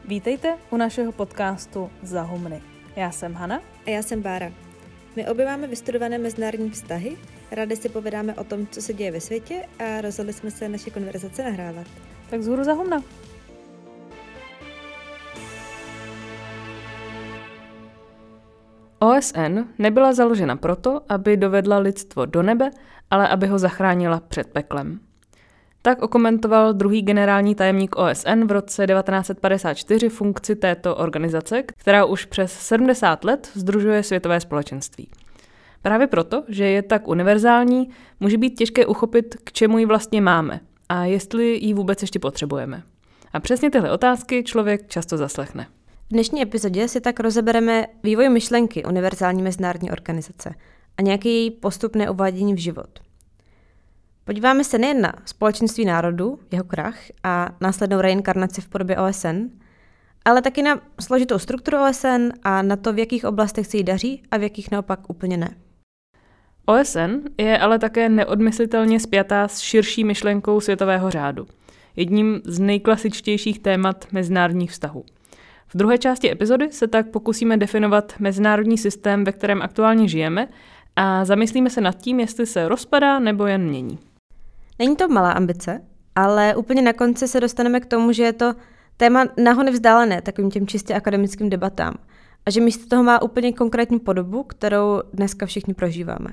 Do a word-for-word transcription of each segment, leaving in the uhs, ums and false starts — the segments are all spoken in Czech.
Vítejte u našeho podcastu Za humny. Já jsem Hana. A já jsem Bára. My obě máme vystudované mezinárodní vztahy, rádi si povídáme o tom, co se děje ve světě a rozhodli jsme se naše konverzace nahrávat. Tak vzhůru za humna. O S N nebyla založena proto, aby dovedla lidstvo do nebe, ale aby ho zachránila před peklem. Tak okomentoval druhý generální tajemník O S N v roce devatenáct set padesát čtyři funkci této organizace, která už přes sedmdesát let sdružuje světové společenství. Právě proto, že je tak univerzální, může být těžké uchopit, k čemu ji vlastně máme a jestli ji vůbec ještě potřebujeme. A přesně tyhle otázky člověk často zaslechne. V dnešní epizodě si tak rozebereme vývoj myšlenky univerzální mezinárodní organizace a nějaký její postupné uvádění v život. Podíváme se nejen na společenství národů, jeho krach a následnou reinkarnaci v podobě O S N, ale taky na složitou strukturu O S N a na to, v jakých oblastech se jí daří a v jakých naopak úplně ne. O S N je ale také neodmyslitelně spjatá s širší myšlenkou světového řádu, jedním z nejklasičtějších témat mezinárodních vztahů. V druhé části epizody se tak pokusíme definovat mezinárodní systém, ve kterém aktuálně žijeme, a zamyslíme se nad tím, jestli se rozpadá nebo jen mění. Není to malá ambice, ale úplně na konci se dostaneme k tomu, že je to téma nahony vzdálené takovým těm čistě akademickým debatám a že místo toho má úplně konkrétní podobu, kterou dneska všichni prožíváme.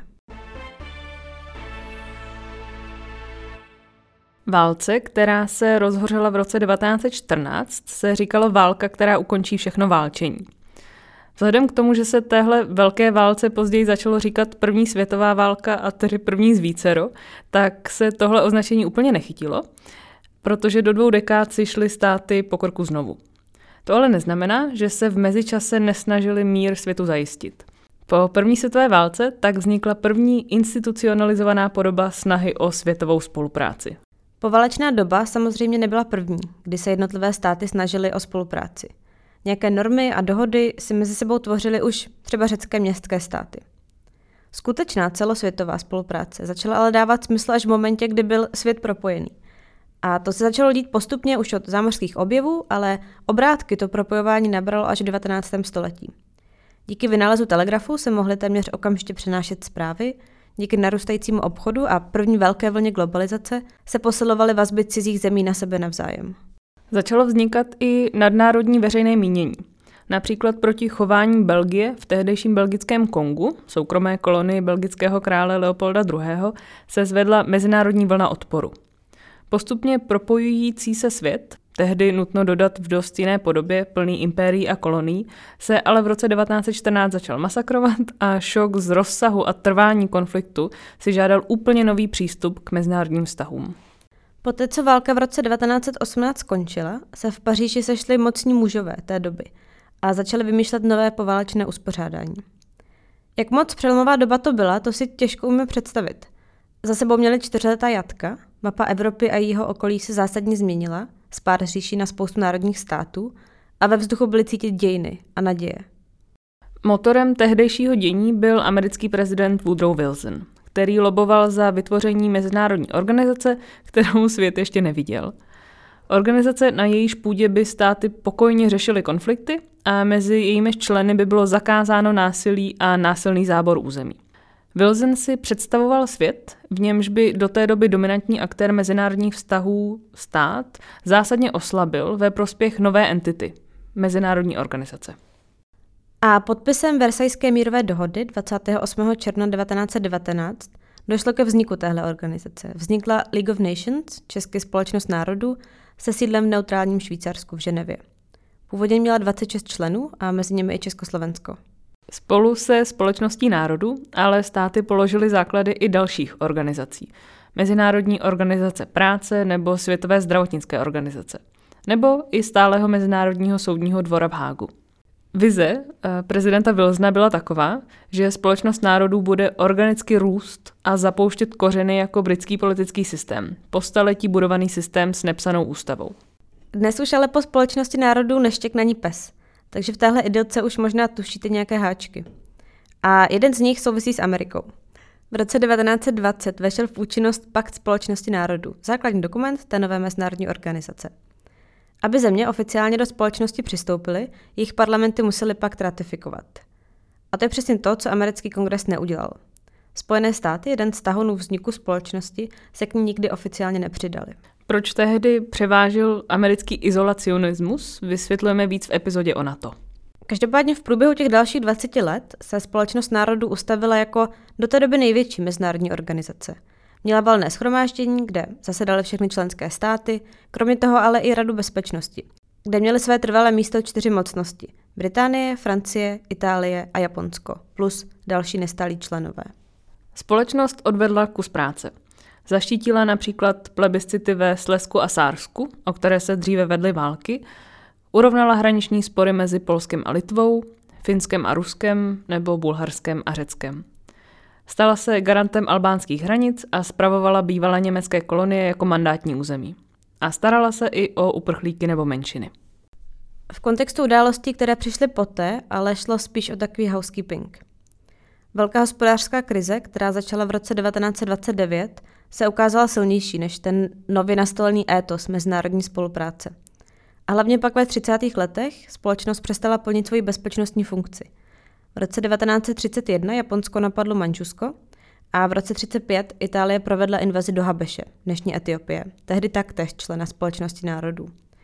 Válce, která se rozhořela v roce devatenáct set čtrnáct, se říkalo válka, která ukončí všechno válčení. Vzhledem k tomu, že se téhle velké válce později začalo říkat první světová válka a tedy první z vícero, tak se tohle označení úplně nechytilo, protože do dvou dekád si šly státy po krku znovu. To ale neznamená, že se v mezičase nesnažili mír světu zajistit. Po první světové válce tak vznikla první institucionalizovaná podoba snahy o světovou spolupráci. Poválečná doba samozřejmě nebyla první, kdy se jednotlivé státy snažily o spolupráci. Nějaké normy a dohody si mezi sebou tvořily už třeba řecké městské státy. Skutečná celosvětová spolupráce začala ale dávat smysl až v momentě, kdy byl svět propojený. A to se začalo dít postupně už od zámořských objevů, ale obrátky to propojování nabralo až v devatenáctém století. Díky vynálezu telegrafu se mohly téměř okamžitě přenášet zprávy, díky narůstajícímu obchodu a první velké vlně globalizace se posilovaly vazby cizích zemí na sebe navzájem. Začalo vznikat i nadnárodní veřejné mínění. Například proti chování Belgie v tehdejším belgickém Kongu, soukromé kolonii belgického krále Leopolda druhého., se zvedla mezinárodní vlna odporu. Postupně propojující se svět, tehdy nutno dodat v dost jiné podobě, plný impérií a kolonií, se ale v roce devatenáct set čtrnáct začal masakrovat a šok z rozsahu a trvání konfliktu si žádal úplně nový přístup k mezinárodním vztahům. Poté, co válka v roce devatenáct set osmnáct skončila, se v Paříži sešli mocní mužové té doby a začali vymýšlet nové poválečné uspořádání. Jak moc přelomová doba to byla, to si těžko umíme představit. Za sebou měli čtyřletá jatka, mapa Evropy a jejího okolí se zásadně změnila, z pár říší na spoustu národních států a ve vzduchu byly cítit dějiny a naděje. Motorem tehdejšího dění byl americký prezident Woodrow Wilson, který loboval za vytvoření mezinárodní organizace, kterou svět ještě neviděl. Organizace, na jejíž půdě by státy pokojně řešily konflikty a mezi jejími členy by bylo zakázáno násilí a násilný zábor území. Wilson si představoval svět, v němž by do té doby dominantní aktér mezinárodních vztahů stát zásadně oslabil ve prospěch nové entity, mezinárodní organizace. A podpisem Versajské mírové dohody dvacátého osmého června devatenáct set devatenáct došlo ke vzniku téhle organizace. Vznikla League of Nations, česky Společnost národů, se sídlem v neutrálním Švýcarsku v Ženevě. Původně měla dvacet šest členů a mezi nimi i Československo. Spolu se Společností národů ale státy položily základy i dalších organizací. Mezinárodní organizace práce nebo Světové zdravotnické organizace. Nebo i stálého Mezinárodního soudního dvora v Hágu. Vize prezidenta Wilsona byla taková, že Společnost národů bude organicky růst a zapouštět kořeny jako britský politický systém, po staletí budovaný systém s nepsanou ústavou. Dnes už ale po Společnosti národů neštěkne ani pes, takže v téhle idylce už možná tušíte nějaké háčky. A jeden z nich souvisí s Amerikou. V roce devatenáct set dvacet vešel v účinnost Pakt Společnosti národů, základní dokument té nové mezinárodní organizace. Aby země oficiálně do společnosti přistoupily, jejich parlamenty musely pakt ratifikovat. A to je přesně to, co americký kongres neudělal. Spojené státy, jeden z tahonů vzniku společnosti, se k ní nikdy oficiálně nepřidali. Proč tehdy převážil americký izolacionismus, vysvětlujeme víc v epizodě o NATO. Každopádně v průběhu těch dalších dvaceti let se Společnost národů ustavila jako do té doby největší mezinárodní organizace. Měla valné shromáždění, kde zasedaly všechny členské státy, kromě toho ale i Radu bezpečnosti, kde měly své trvalé místo čtyři mocnosti. Británie, Francie, Itálie a Japonsko, plus další nestálí členové. Společnost odvedla kus práce. Zaštítila například plebiscity ve Slezsku a Sársku, o které se dříve vedly války, urovnala hraniční spory mezi Polskem a Litvou, Finskem a Ruskem nebo Bulharskem a Řeckem. Stala se garantem albánských hranic a spravovala bývalé německé kolonie jako mandátní území. A starala se i o uprchlíky nebo menšiny. V kontextu událostí, které přišly poté, ale šlo spíš o takový housekeeping. Velká hospodářská krize, která začala v roce devatenáct set dvacet devět, se ukázala silnější než ten nově nastolený étos mezinárodní spolupráce. A hlavně pak ve třicátých letech společnost přestala plnit svoji bezpečnostní funkci. V roce devatenáct set třicet jedna Japonsko napadlo Mandžusko a v roce třicet pět Itálie provedla invazi do Habeše, dnešní Etiopie, tehdy taktéž člena Společnosti národů.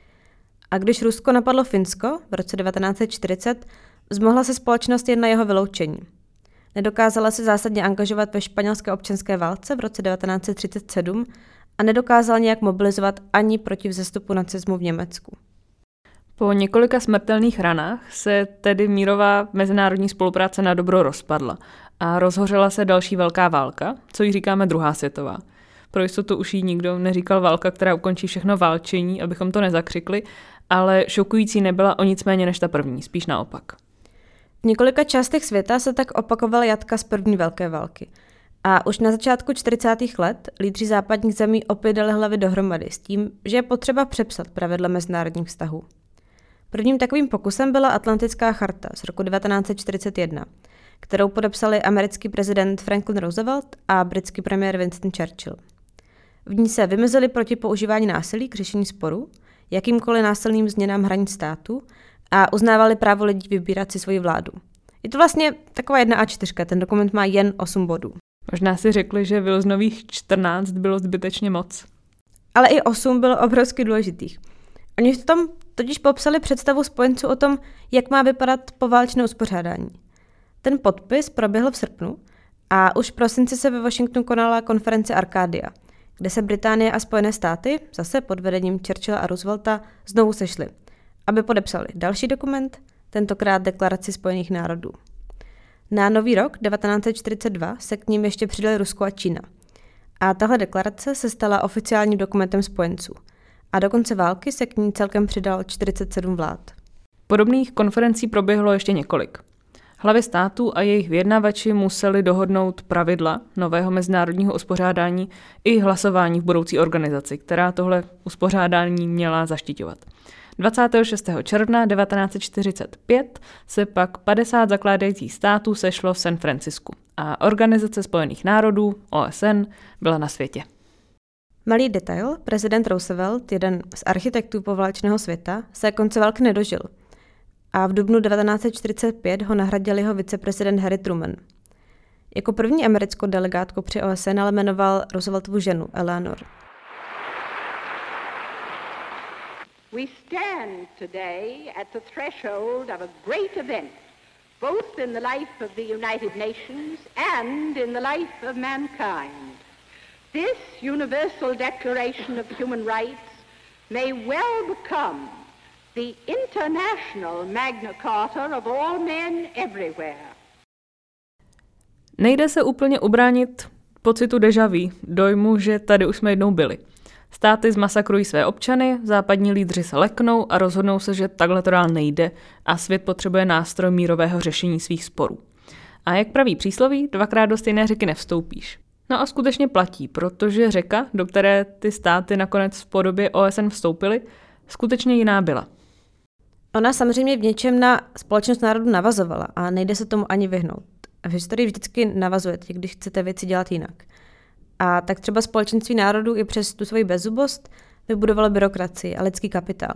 A když Rusko napadlo Finsko v roce devatenáct set čtyřicet, vzmohla se společnost jen na jeho vyloučení. Nedokázala se zásadně angažovat ve španělské občanské válce v roce devatenáct set třicet sedm a nedokázala nějak mobilizovat ani proti vzestupu nacismu v Německu. Po několika smrtelných ranách se tedy mírová mezinárodní spolupráce na dobro rozpadla a rozhořela se další velká válka, co jí říkáme druhá světová. Pro jistotu už jí nikdo neříkal válka, která ukončí všechno válčení, abychom to nezakřikli, ale šokující nebyla o nic méně než ta první, spíš naopak. V několika částech světa se tak opakovala jatka z první velké války. A už na začátku čtyřicátých let lídři západních zemí opět dali hlavy dohromady s tím, že je potřeba přepsat pravidla mezinárodních vztahů. Prvním takovým pokusem byla Atlantická charta z roku devatenáct set čtyřicet jedna, kterou podepsali americký prezident Franklin Roosevelt a britský premiér Winston Churchill. V ní se vymezili proti používání násilí k řešení sporů, jakýmkoliv násilným změnám hranic států a uznávali právo lidí vybírat si svoji vládu. Je to vlastně taková jedna á čtyři, ten dokument má jen osm bodů. Možná si řekli, že Wilsonových čtrnáct bylo zbytečně moc. Ale i osm bylo obrovsky důležitých. Oni v tom totiž popsali představu spojenců o tom, jak má vypadat poválečné uspořádání. Ten podpis proběhl v srpnu a už v prosinci se ve Washingtonu konala konference Arcadia, kde se Británie a Spojené státy, zase pod vedením Churchilla a Roosevelta, znovu sešly, aby podepsali další dokument, tentokrát Deklaraci Spojených národů. Na nový rok devatenáct set čtyřicet dva se k ním ještě přidali Rusko a Čína. A tahle deklarace se stala oficiálním dokumentem spojenců. A do konce války se k ní celkem přidal čtyřicet sedm vlád. Podobných konferencí proběhlo ještě několik. Hlavy států a jejich vyjednavači museli dohodnout pravidla nového mezinárodního uspořádání i hlasování v budoucí organizaci, která tohle uspořádání měla zaštiťovat. dvacátého šestého června devatenáct set čtyřicet pět se pak padesát zakládajících států sešlo v San Francisku a Organizace spojených národů, O S N, byla na světě. Malý detail, prezident Roosevelt, jeden z architektů poválečného světa, se konce války nedožil. A v dubnu devatenáct set čtyřicet pět ho nahradil jeho viceprezident Harry Truman. Jako první americkou delegátku při O S N ale jmenoval Rooseveltovu ženu Eleanor. We stand today at the threshold of a great event, both in the life of the United Nations and in the life of mankind. This Universal Declaration of Human Rights may well become the international Magna Carta of all men everywhere. Nejde se úplně ubránit pocitu déjà vu, dojmu, že tady už jsme jednou byli. Státy zmasakrují své občany, západní lídři se leknou a rozhodnou se, že takhle to dál nejde a svět potřebuje nástroj mírového řešení svých sporů. A jak praví přísloví, dvakrát do stejné řeky nevstoupíš. No a skutečně platí, protože řeka, do které ty státy nakonec v podobě O S N vstoupily, skutečně jiná byla. Ona samozřejmě v něčem na Společnost národů navazovala a nejde se tomu ani vyhnout. V historii vždycky navazujete, když chcete věci dělat jinak. A tak třeba Společenství národů i přes tu svoji bezzubost vybudovalo byrokracii a lidský kapitál.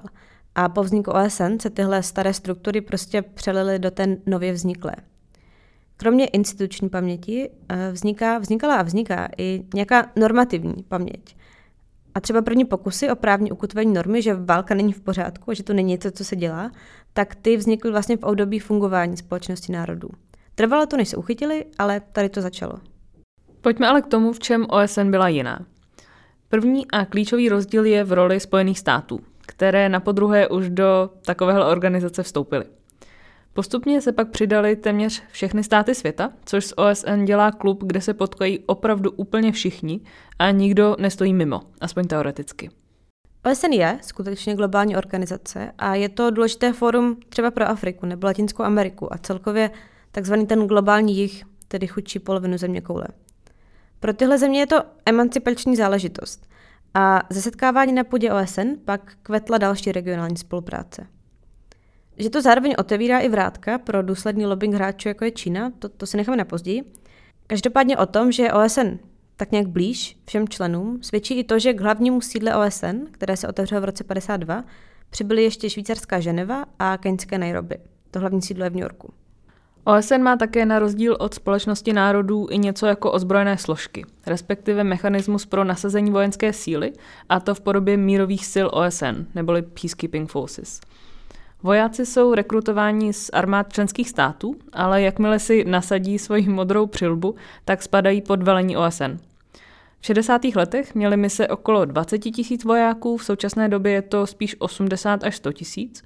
A po vzniku O S N se tyhle staré struktury prostě přelily do té nově vzniklé. Kromě instituční paměti vzniká, vznikala a vzniká i nějaká normativní paměť. A třeba první pokusy o právní ukotvení normy, že válka není v pořádku, že to není něco, co se dělá, tak ty vznikly vlastně v období fungování společnosti národů. Trvalo to, než se uchytili, ale tady to začalo. Pojďme ale k tomu, v čem O S N byla jiná. První a klíčový rozdíl je v roli Spojených států, které napodruhé už do takovéhle organizace vstoupily. Postupně se pak přidali téměř všechny státy světa, což z O S N dělá klub, kde se potkají opravdu úplně všichni a nikdo nestojí mimo, aspoň teoreticky. O S N je skutečně globální organizace a je to důležité fórum třeba pro Afriku nebo Latinskou Ameriku a celkově takzvaný ten globální jih, tedy chudší polovinu zeměkoule. Pro tyhle země je to emancipační záležitost a ze setkávání na půdě O S N pak kvetla další regionální spolupráce. Že to zároveň otevírá i vrátka pro důsledný lobbying hráčů, jako je Čína, to, to si necháme na později. Každopádně o tom, že je O S N tak nějak blíž všem členům, svědčí i to, že k hlavnímu sídle O S N, které se otevřelo v roce padesát dva, přibyly ještě švýcarská Ženeva a keňské Nairobi. To hlavní sídlo je v New Yorku. O S N má také na rozdíl od společnosti národů i něco jako ozbrojené složky, respektive mechanismus pro nasazení vojenské síly, a to v podobě mírových sil O S N, neboli Peacekeeping Forces. Vojáci jsou rekrutováni z armád členských států, ale jakmile si nasadí svoji modrou přilbu, tak spadají pod velení O S N. V šedesátých letech měly mise okolo dvacet tisíc vojáků, v současné době je to spíš osmdesát až sto tisíc.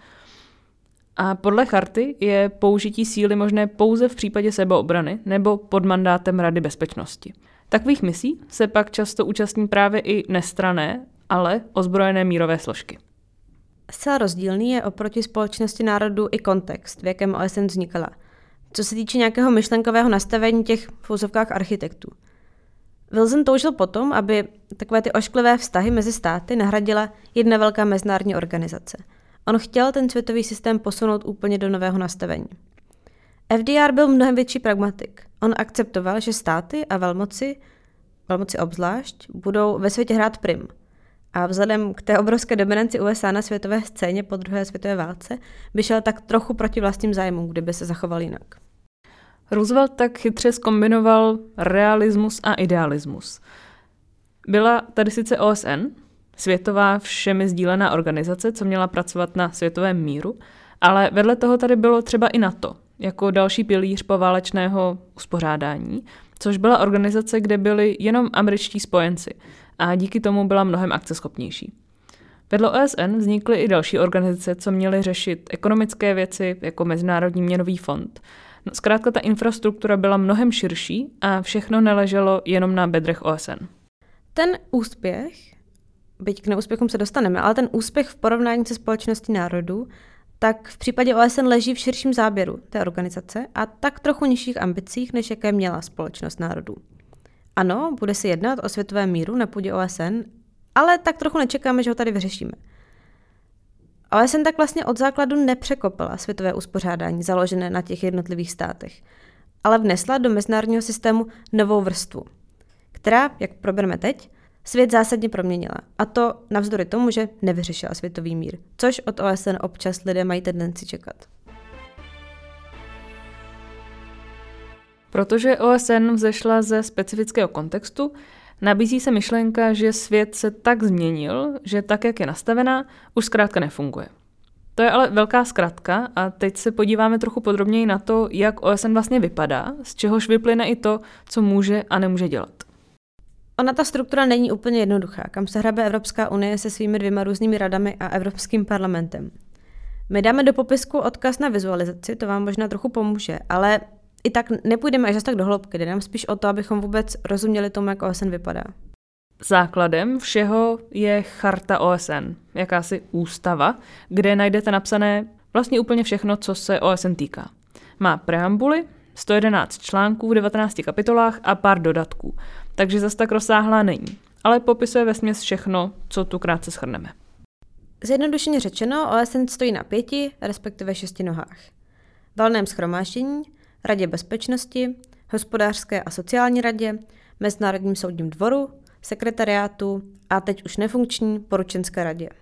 A podle charty je použití síly možné pouze v případě sebeobrany nebo pod mandátem Rady bezpečnosti. Takových misí se pak často účastní právě i nestranné, ale ozbrojené mírové složky. Zcela rozdílný je oproti společnosti národů i kontext, v jakém O S N vznikala, co se týče nějakého myšlenkového nastavení těch v úzovkách architektů. Wilson toužil potom, aby takové ty ošklivé vztahy mezi státy nahradila jedna velká mezinárodní organizace. On chtěl ten světový systém posunout úplně do nového nastavení. F D R byl mnohem větší pragmatik. On akceptoval, že státy a velmoci, velmoci obzvlášť, budou ve světě hrát prim. A vzhledem k té obrovské dominanci U S A na světové scéně po druhé světové válce by šel tak trochu proti vlastním zájmům, kdyby se zachoval jinak. Roosevelt tak chytře zkombinoval realismus a idealismus. Byla tady sice O S N, světová všemi sdílená organizace, co měla pracovat na světovém míru, ale vedle toho tady bylo třeba i NATO, jako další pilíř poválečného uspořádání, což byla organizace, kde byli jenom američtí spojenci a díky tomu byla mnohem akceschopnější. Vedle O S N vznikly i další organizace, co měly řešit ekonomické věci, jako Mezinárodní měnový fond. No, zkrátka ta infrastruktura byla mnohem širší a všechno neleželo jenom na bedrech O S N. Ten úspěch, byť k neúspěchům se dostaneme, ale ten úspěch v porovnání se společností národů, tak v případě O S N leží v širším záběru té organizace a tak trochu nižších ambicích, než jaké měla společnost národů. Ano, bude se jednat o světovém míru na půdě O S N, ale tak trochu nečekáme, že ho tady vyřešíme. O S N tak vlastně od základu nepřekopala světové uspořádání založené na těch jednotlivých státech, ale vnesla do mezinárodního systému novou vrstvu, která, jak probereme teď, svět zásadně proměnila. A to navzdory tomu, že nevyřešila světový mír, což od O S N občas lidé mají tendenci čekat. Protože O S N vzešla ze specifického kontextu, nabízí se myšlenka, že svět se tak změnil, že tak, jak je nastavená, už zkrátka nefunguje. To je ale velká zkratka a teď se podíváme trochu podrobněji na to, jak O S N vlastně vypadá, z čehož vyplyne i to, co může a nemůže dělat. Ona ta struktura není úplně jednoduchá, kam se hrabe Evropská unie se svými dvěma různými radami a Evropským parlamentem. My dáme do popisku odkaz na vizualizaci, to vám možná trochu pomůže, ale i tak nepůjdeme až zase tak do hloubky, jde nám spíš o to, abychom vůbec rozuměli tomu, jak O S N vypadá. Základem všeho je charta O S N, jakási ústava, kde najdete napsané vlastně úplně všechno, co se O S N týká. Má preambuly, sto jedenáct článků v devatenácti kapitolách a pár dodatků, takže zas tak rozsáhlá není, ale popisuje vesměs všechno, co tu krátce shrneme. Zjednodušeně řečeno, O S N stojí na pěti, respektive šesti nohách. Valném shromáždění, Radě bezpečnosti, Hospodářské a sociální radě, Mezinárodním soudním dvoru, sekretariátu a teď už nefunkční Poručenské radě.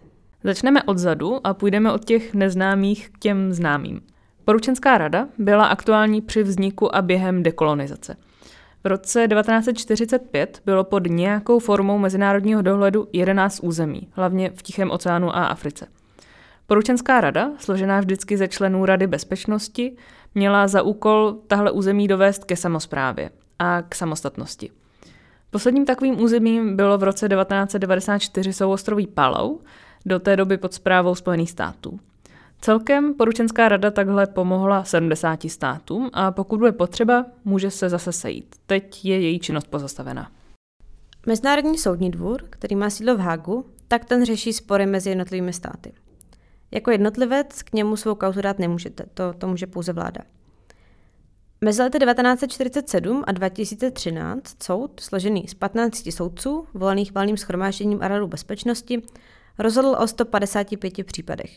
Začneme odzadu a půjdeme od těch neznámých k těm známým. Poručenská rada byla aktuální při vzniku a během dekolonizace. V roce devatenáct set čtyřicet pět bylo pod nějakou formou mezinárodního dohledu jedenáct území, hlavně v Tichém oceánu a Africe. Poručenská rada, složená vždycky ze členů Rady bezpečnosti, měla za úkol tahle území dovést ke samosprávě a k samostatnosti. Posledním takovým územím bylo v roce devatenáct set devadesát čtyři souostroví Palau, do té doby pod správou Spojených států. Celkem Poručenská rada takhle pomohla sedmdesáti státům a pokud bude potřeba, může se zase sejít. Teď je její činnost pozastavena. Mezinárodní soudní dvůr, který má sídlo v Hagu, tak ten řeší spory mezi jednotlivými státy. Jako jednotlivec k němu svou kauzu dát nemůžete, to, to může pouze vláda. Mezi lety devatenáct set čtyřicet sedm a dva tisíce třináct soud, složený z patnácti soudců, volených valným shromážděním a Radou bezpečnosti, rozhodl o sto padesáti pěti případech.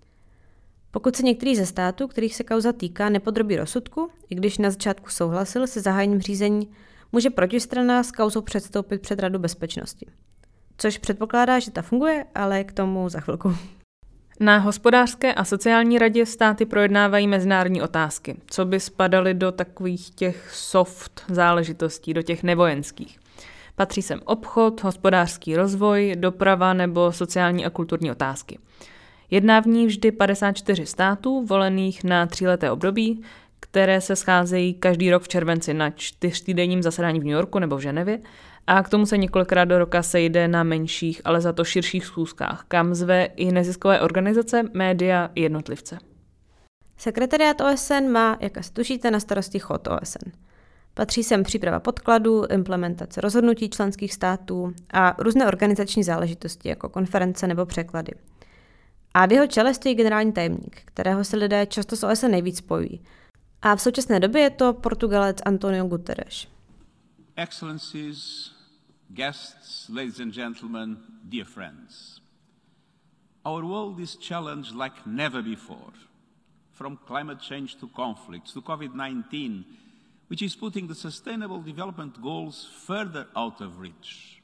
Pokud se některý ze států, kterých se kauza týká, nepodrobí rozsudku, i když na začátku souhlasil se zahájením řízení, může protistrana s kauzou předstoupit před Radu bezpečnosti. Což předpokládá, že ta funguje, ale k tomu za chvilku. Na hospodářské a sociální radě státy projednávají mezinárodní otázky, co by spadaly do takových těch soft záležitostí, do těch nevojenských. Patří sem obchod, hospodářský rozvoj, doprava nebo sociální a kulturní otázky. Jedná v ní vždy padesát čtyři států, volených na tříleté období, které se scházejí každý rok v červenci na čtyřtýdenním zasedání v New Yorku nebo v Ženevě a k tomu se několikrát do roka sejde na menších, ale za to širších schůzkách, kam zve i neziskové organizace, média i jednotlivce. Sekretariát O S N má, jak asi tušíte, na starosti chod O S N. Patří sem příprava podkladů, implementace rozhodnutí členských států a různé organizační záležitosti, jako konference nebo překlady. A v jeho čele stojí generální tajemník, kterého se lidé často s O S N nejvíc spojují. A v současné době je to Portugalec António Guterres. Excellencies, guests, ladies and gentlemen, dear friends. Our world is challenged like never before. From climate change to conflicts to covid nineteen, which is putting the Sustainable Development Goals further out of reach.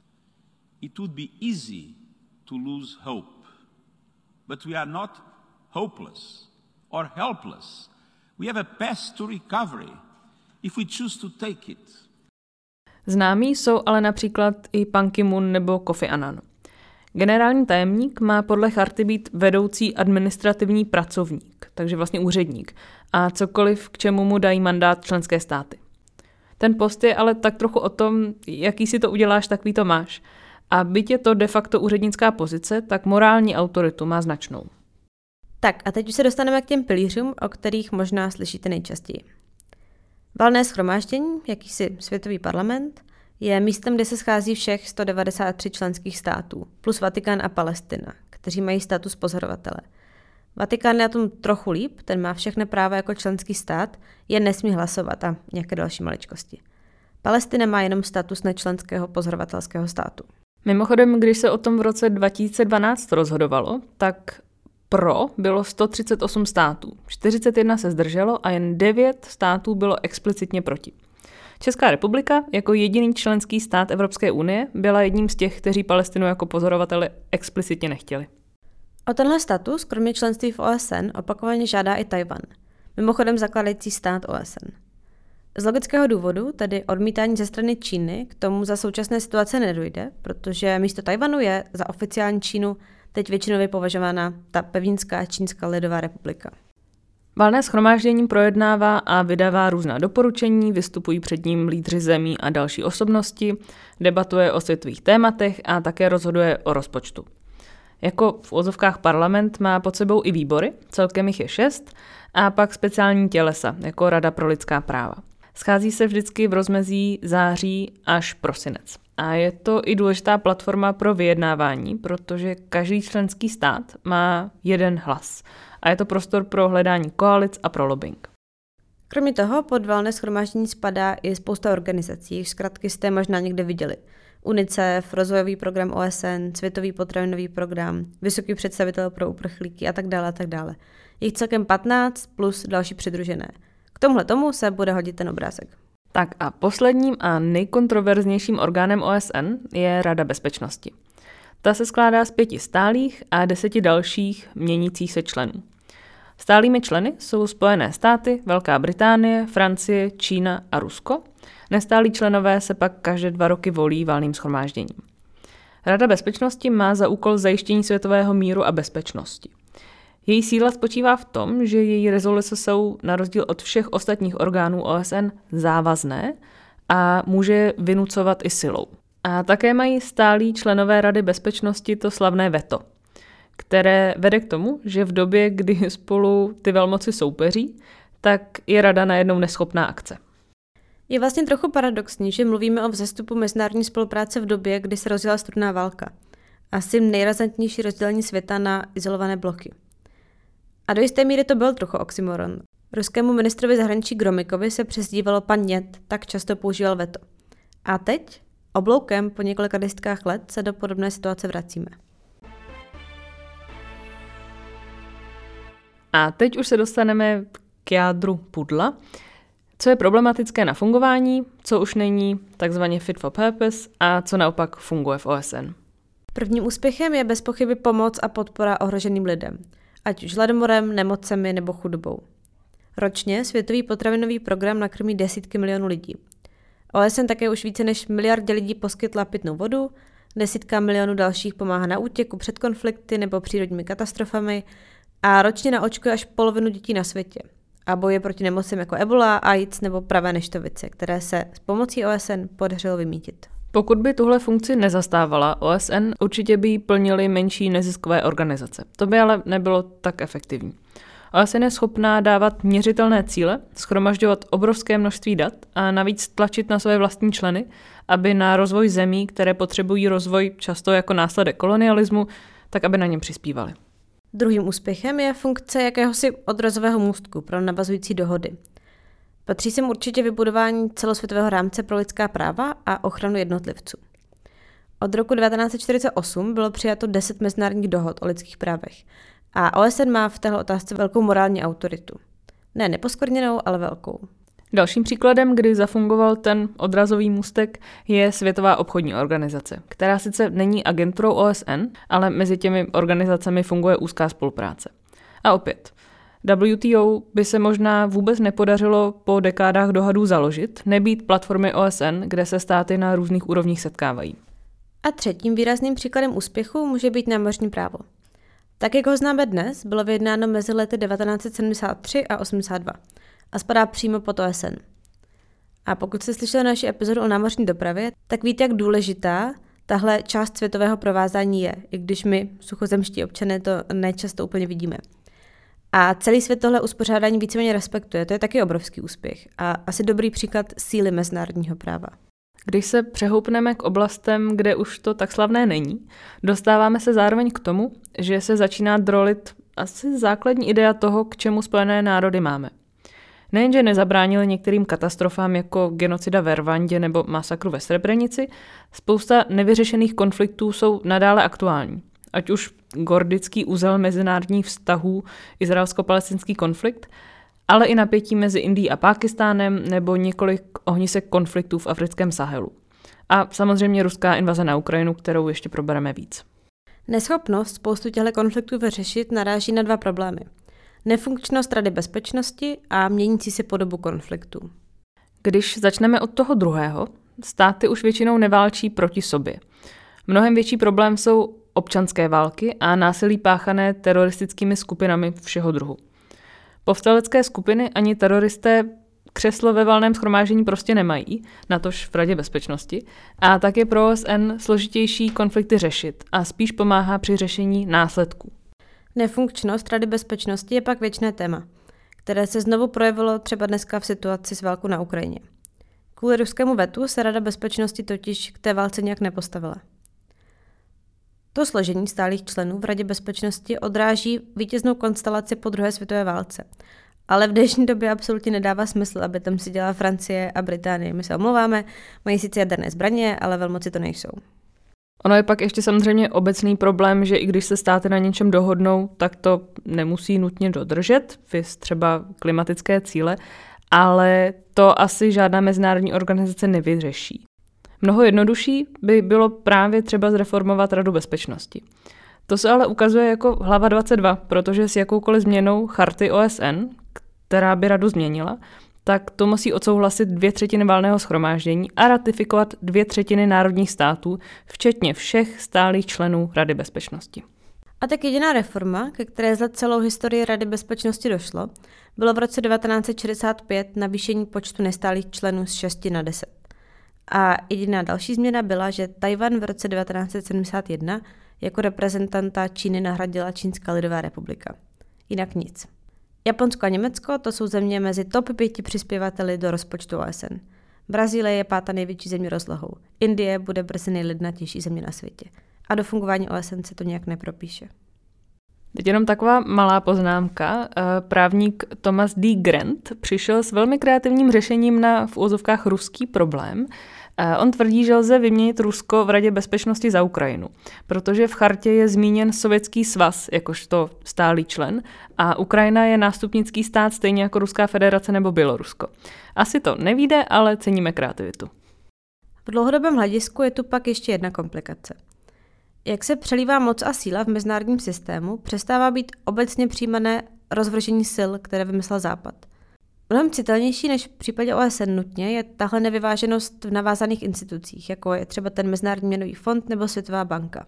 It would be easy to lose hope. But we are not hopeless or helpless. We have a path to recovery if we choose to take it. Známí jsou ale například i Pan Ki-moon nebo Kofi Annan. Generální tajemník má podle charty být vedoucí administrativní pracovník, takže vlastně úředník, a cokoliv, k čemu mu dají mandát členské státy. Ten post je ale tak trochu o tom, jaký si to uděláš, takový to máš. A byť je to de facto úřednická pozice, tak morální autoritu má značnou. Tak a teď už se dostaneme k těm pilířům, o kterých možná slyšíte nejčastěji. Valné shromáždění, jakýsi světový parlament, je místem, kde se schází všech sto devadesát tři členských států, plus Vatikán a Palestina, kteří mají status pozorovatele. Vatikán je na tom trochu líp, ten má všechny práva jako členský stát, jen nesmí hlasovat a nějaké další maličkosti. Palestina má jenom status nečlenského pozorovatelského státu. Mimochodem, když se o tom v roce dva tisíce dvanáct rozhodovalo, tak pro bylo sto třicet osm států, čtyřicet jedna se zdrželo a jen devět států bylo explicitně proti. Česká republika jako jediný členský stát Evropské unie byla jedním z těch, kteří Palestinu jako pozorovatele explicitně nechtěli. O tenhle status, kromě členství v O S N, opakovaně žádá i Tajvan, mimochodem zakládající stát O S N. Z logického důvodu, tedy odmítání ze strany Číny, k tomu za současné situace nedojde, protože místo Tajvanu je za oficiální Čínu teď většinově považována ta pevninská Čínská lidová republika. Valné shromáždění projednává a vydává různá doporučení, vystupují před ním lídři zemí a další osobnosti, debatuje o světových tématech a také rozhoduje o rozpočtu. Jako v ozovkách parlament má pod sebou i výbory, celkem jich je šest, a pak speciální tělesa, jako Rada pro lidská práva. Schází se vždycky v rozmezí září až prosinec. A je to i důležitá platforma pro vyjednávání, protože každý členský stát má jeden hlas. A je to prostor pro hledání koalic a pro lobbying. Kromě toho pod valné shromáždění spadá i spousta organizací, jejichž zkratky jste možná někde viděli. UNICEF, rozvojový program O S N, Světový potravinový program, Vysoký představitel pro uprchlíky a tak dále a tak dále. Je jich celkem patnáct plus další přidružené. K tomuhle tomu se bude hodit ten obrázek. Tak a posledním a nejkontroverznějším orgánem O S N je Rada bezpečnosti. Ta se skládá z pěti stálých a deseti dalších měnících se členů. Stálými členy jsou Spojené státy, Velká Británie, Francie, Čína a Rusko. Nestálí členové se pak každé dva roky volí valným shromážděním. Rada bezpečnosti má za úkol zajištění světového míru a bezpečnosti. Její síla spočívá v tom, že její rezoluce jsou na rozdíl od všech ostatních orgánů O S N závazné a může je vynucovat i silou. A také mají stálí členové Rady bezpečnosti to slavné veto, které vede k tomu, že v době, kdy spolu ty velmoci soupeří, tak je rada najednou neschopná akce. Je vlastně trochu paradoxní, že mluvíme o vzestupu mezinárodní spolupráce v době, kdy se rozjela studená válka. Asi nejrazantnější rozdělení světa na izolované bloky. A do jisté míry to byl trochu oxymoron. Ruskému ministrovi zahraničí Gromykovi se přezdívalo pan Nět, tak často používal veto. A teď, obloukem po několika desítkách let, se do podobné situace vracíme. A teď už se dostaneme k jádru pudla. Co je problematické na fungování, co už není takzvaně fit for purpose a co naopak funguje v O S N. Prvním úspěchem je bez pochyby pomoc a podpora ohroženým lidem, ať už hladomorem, nemocemi nebo chudobou. Ročně Světový potravinový program nakrmí desítky milionů lidí. O S N také už více než miliardě lidí poskytla pitnou vodu, desítka milionů dalších pomáhá na útěku před konflikty nebo přírodními katastrofami a ročně naočkuje až polovinu dětí na světě. A boje proti nemocem jako ebola, AIDS nebo pravé neštovice, které se s pomocí O S N podařilo vymítit. Pokud by tuhle funkci nezastávala O S N, určitě by ji plnily menší neziskové organizace. To by ale nebylo tak efektivní. O S N je schopná dávat měřitelné cíle, shromažďovat obrovské množství dat a navíc tlačit na své vlastní členy, aby na rozvoj zemí, které potřebují rozvoj často jako následek kolonialismu, tak aby na něm přispívali. Druhým úspěchem je funkce jakéhosi odrazového můstku pro navazující dohody. Patří sem určitě vybudování celosvětového rámce pro lidská práva a ochranu jednotlivců. Od roku devatenáct set čtyřicet osm bylo přijato deset mezinárodních dohod o lidských právech a O S N má v této otázce velkou morální autoritu. Ne neposkvrněnou, ale velkou. Dalším příkladem, kdy zafungoval ten odrazový můstek, je Světová obchodní organizace, která sice není agenturou O S N, ale mezi těmi organizacemi funguje úzká spolupráce. A opět, W T O by se možná vůbec nepodařilo po dekádách dohadů založit, nebýt platformy O S N, kde se státy na různých úrovních setkávají. A třetím výrazným příkladem úspěchu může být námořní právo. Tak, jak ho známe dnes, bylo vyjednáno mezi lety devatenáct set sedmdesát tři a osmdesát dva a spadá přímo pod O S N. A pokud jste slyšeli naši epizodu o námořní dopravě, tak víte, jak důležitá tahle část světového provázání je, i když my, suchozemští občané, to nečasto úplně vidíme. A celý svět tohle uspořádání víceméně respektuje, to je taky obrovský úspěch a asi dobrý příklad síly mezinárodního práva. Když se přehoupneme k oblastem, kde už to tak slavné není, dostáváme se zároveň k tomu, že se začíná drolit asi základní idea toho, k čemu Spojené národy máme. Nejenže nezabránili některým katastrofám jako genocida ve Rwandě nebo masakru ve Srebrenici, spousta nevyřešených konfliktů jsou nadále aktuální. Ať už gordický uzel mezinárodních vztahů, izraelsko-palestinský konflikt, ale i napětí mezi Indií a Pákistánem nebo několik ohnisek konfliktů v africkém Sahelu. A samozřejmě ruská invaze na Ukrajinu, kterou ještě probereme víc. Neschopnost spoustu těchto konfliktů vyřešit naráží na dva problémy. Nefunkčnost Rady bezpečnosti a měnící se podobu konfliktů. Když začneme od toho druhého, státy už většinou neválčí proti sobě. Mnohem větší problém jsou občanské války a násilí páchané teroristickými skupinami všeho druhu. Povstalecké skupiny ani teroristé křeslo ve valném shromáždění prostě nemají, natož v Radě bezpečnosti, a tak je pro O S N složitější konflikty řešit a spíš pomáhá při řešení následků. Nefunkčnost Rady bezpečnosti je pak věčné téma, které se znovu projevilo třeba dneska v situaci s válkou na Ukrajině. Kvůli ruskému vetu se Rada bezpečnosti totiž k té válce nějak nepostavila. To složení stálých členů v Radě bezpečnosti odráží vítěznou konstelaci po druhé světové válce. Ale v dnešní době absolutně nedává smysl, aby tam si dělala Francie a Británie. My se omlouváme, mají sice jaderné zbraně, ale velmoci to nejsou. Ono je pak ještě samozřejmě obecný problém, že i když se státy na něčem dohodnou, tak to nemusí nutně dodržet, viz třeba klimatické cíle, ale to asi žádná mezinárodní organizace nevyřeší. Mnoho jednodušší by bylo právě třeba zreformovat Radu bezpečnosti. To se ale ukazuje jako hlava dvacet dva, protože s jakoukoliv změnou charty O S N, která by radu změnila, tak to musí odsouhlasit dvě třetiny valného shromáždění a ratifikovat dvě třetiny národních států, včetně všech stálých členů Rady bezpečnosti. A tak jediná reforma, ke které za celou historii Rady bezpečnosti došlo, bylo v roce devatenáct set šedesát pět navýšení počtu nestálých členů z šesti na deset. A jediná další změna byla, že Tchaj-wan v roce devatenáct set sedmdesát jedna jako reprezentanta Číny nahradila Čínská lidová republika. Jinak nic. Japonsko a Německo to jsou země mezi top pěti přispěvateli do rozpočtu O S N. Brazílie je pátá největší země rozlohou. Indie bude brzy nejlidnatější země na světě. A do fungování O S N se to nějak nepropíše. Teď jenom taková malá poznámka. Právník Thomas D. Grant přišel s velmi kreativním řešením na v úvozovkách ruský problém. On tvrdí, že lze vyměnit Rusko v Radě bezpečnosti za Ukrajinu, protože v chartě je zmíněn Sovětský svaz jakožto stálý člen a Ukrajina je nástupnický stát stejně jako Ruská federace nebo Bělorusko. Asi to nevyjde, ale ceníme kreativitu. V dlouhodobém hledisku je tu pak ještě jedna komplikace. Jak se přelívá moc a síla v mezinárodním systému, přestává být obecně přijímané rozvržení sil, které vymyslel Západ. Mnohem citelnější než v případě O S N nutně je tahle nevyváženost v navázaných institucích, jako je třeba ten Mezinárodní měnový fond nebo Světová banka.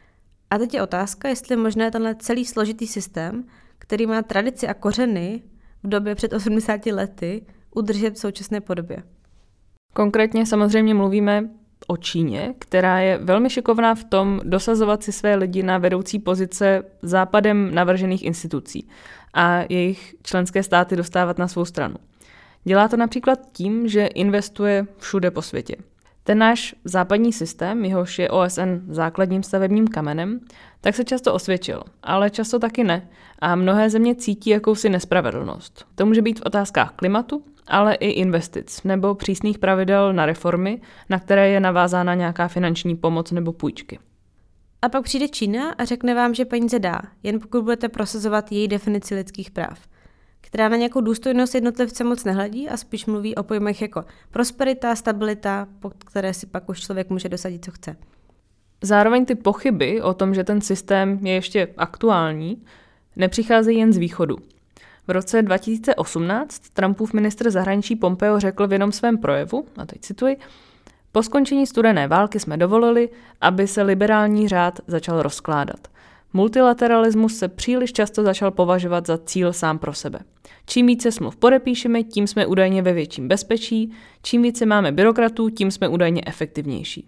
A teď je otázka, jestli je možné tenhle celý složitý systém, který má tradici a kořeny v době před osmdesáti lety, udržet v současné podobě. Konkrétně samozřejmě mluvíme o Číně, která je velmi šikovná v tom dosazovat si své lidi na vedoucí pozice západem navržených institucí a jejich členské státy dostávat na svou stranu. Dělá to například tím, že investuje všude po světě. Ten náš západní systém, jehož je O S N základním stavebním kamenem, tak se často osvědčil, ale často taky ne. A mnohé země cítí jakousi nespravedlnost. To může být v otázkách klimatu, ale i investic nebo přísných pravidel na reformy, na které je navázána nějaká finanční pomoc nebo půjčky. A pak přijde Čína a řekne vám, že peníze dá, jen pokud budete prosazovat její definici lidských práv, která na nějakou důstojnost jednotlivce moc nehledí a spíš mluví o pojmech jako prosperita, stabilita, pod které si pak už člověk může dosadit, co chce. Zároveň ty pochyby o tom, že ten systém je ještě aktuální, nepřicházejí jen z východu. V roce dva tisíce osmnáct Trumpův ministr zahraničí Pompeo řekl v jednom svém projevu, a teď cituji, po skončení studené války jsme dovolili, aby se liberální řád začal rozkládat. Multilateralismus se příliš často začal považovat za cíl sám pro sebe. Čím více smluv podepíšeme, tím jsme údajně ve větším bezpečí, čím více máme byrokratů, tím jsme údajně efektivnější.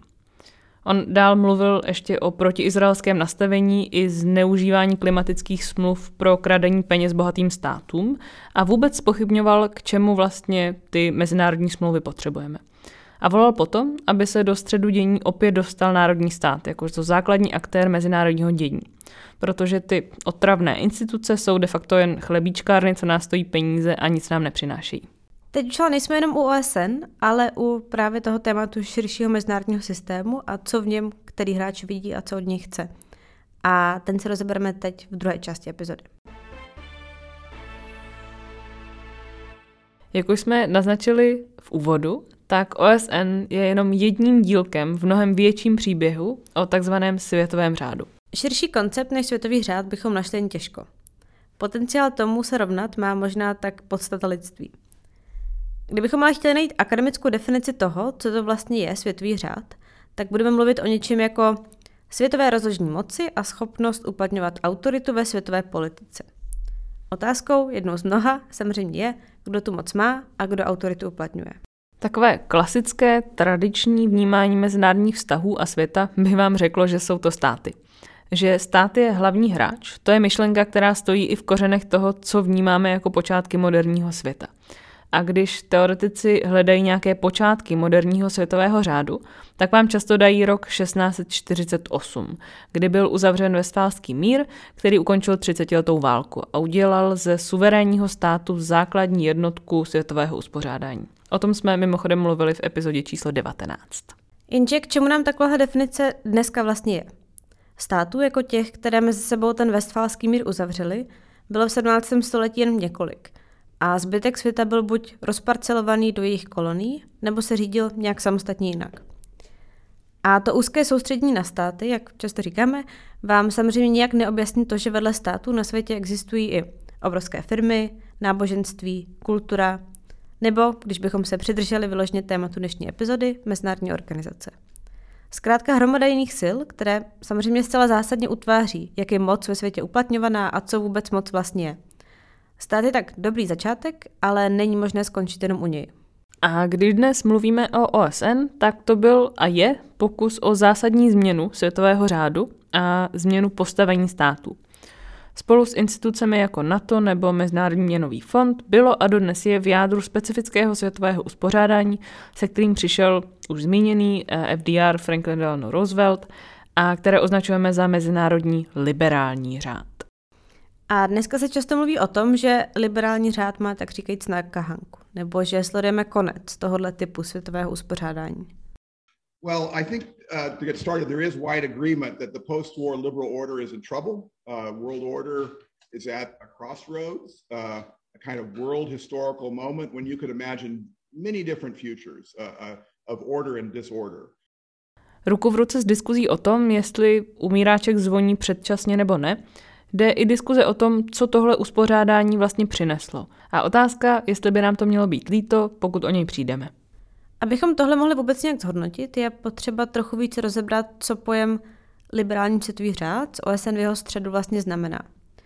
On dál mluvil ještě o protiizraelském nastavení i zneužívání klimatických smluv pro kradení peněz bohatým státům a vůbec zpochybňoval, k čemu vlastně ty mezinárodní smlouvy potřebujeme. A volal potom, aby se do středu dění opět dostal národní stát, jakožto základní aktér mezinárodního dění. Protože ty otravné instituce jsou de facto jen chlebíčkárny, co nás stojí peníze a nic nám nepřinášejí. Teď už ale nejsme jenom u O S N, ale u právě toho tématu širšího mezinárodního systému a co v něm který hráč vidí a co od něj chce. A ten si rozebereme teď v druhé části epizody. Jak už jsme naznačili v úvodu, tak O S N je jenom jedním dílkem v mnohem větším příběhu o takzvaném světovém řádu. Širší koncept než světový řád bychom našli jen těžko. Potenciál tomu se rovnat má možná tak podstata lidství. Kdybychom ale chtěli najít akademickou definici toho, co to vlastně je světový řád, tak budeme mluvit o něčem jako světové rozložení moci a schopnost uplatňovat autoritu ve světové politice. Otázkou, jednou z mnoha, samozřejmě je, kdo tu moc má a kdo autoritu uplatňuje. Takové klasické, tradiční vnímání mezinárodních vztahů a světa by vám řeklo, že jsou to státy. Že stát je hlavní hráč, to je myšlenka, která stojí i v kořenech toho, co vnímáme jako počátky moderního světa. A když teoretici hledají nějaké počátky moderního světového řádu, tak vám často dají rok šestnáct set čtyřicet osm, kdy byl uzavřen Vestfálský mír, který ukončil třicetiletou válku a udělal ze suverénního státu základní jednotku světového uspořádání. O tom jsme mimochodem mluvili v epizodě číslo devatenáct. Jenže k čemu nám taková definice dneska vlastně je? Států jako těch, které mezi sebou ten Vestfálský mír uzavřeli, bylo v sedmnáctém století jen několik. A zbytek světa byl buď rozparcelovaný do jejich kolonií, nebo se řídil nějak samostatně jinak. A to úzké soustředění na státy, jak často říkáme, vám samozřejmě nijak neobjasní to, že vedle států na světě existují i obrovské firmy, náboženství, kultura, nebo, když bychom se přidrželi vyloženě tématu dnešní epizody, mezinárodní organizace. Zkrátka hromada jiných sil, které samozřejmě zcela zásadně utváří, jak je moc ve světě uplatňovaná a co vůbec moc vlastně je. Stát je tak dobrý začátek, ale není možné skončit jenom u něj. A když dnes mluvíme o O S N, tak to byl a je pokus o zásadní změnu světového řádu a změnu postavení států. Spolu s institucemi jako NATO nebo Mezinárodní měnový fond bylo a dodnes je v jádru specifického světového uspořádání, se kterým přišel už zmíněný F D R Franklin Delano Roosevelt a které označujeme za mezinárodní liberální řád. A dneska se často mluví o tom, že liberální řád má tak říkajíc na kahanku, nebo že sledujeme konec tohoto typu světového uspořádání. Well, I think uh, to get started, there is wide agreement that the post-war liberal order is in trouble. Uh, world order is at a crossroads, uh, a kind of world historical moment when you could imagine many different futures uh, uh, of order and disorder. Ruku v ruce s diskuzí o tom, jestli umíráček zvoní předčasně nebo ne, jde i diskuze o tom, co tohle uspořádání vlastně přineslo. A otázka, jestli by nám to mělo být líto, pokud o něj přijdeme. Abychom tohle mohli vůbec nějak zhodnotit, je potřeba trochu víc rozebrat, co pojem liberální světový řád z O S N v jeho středu vlastně znamená.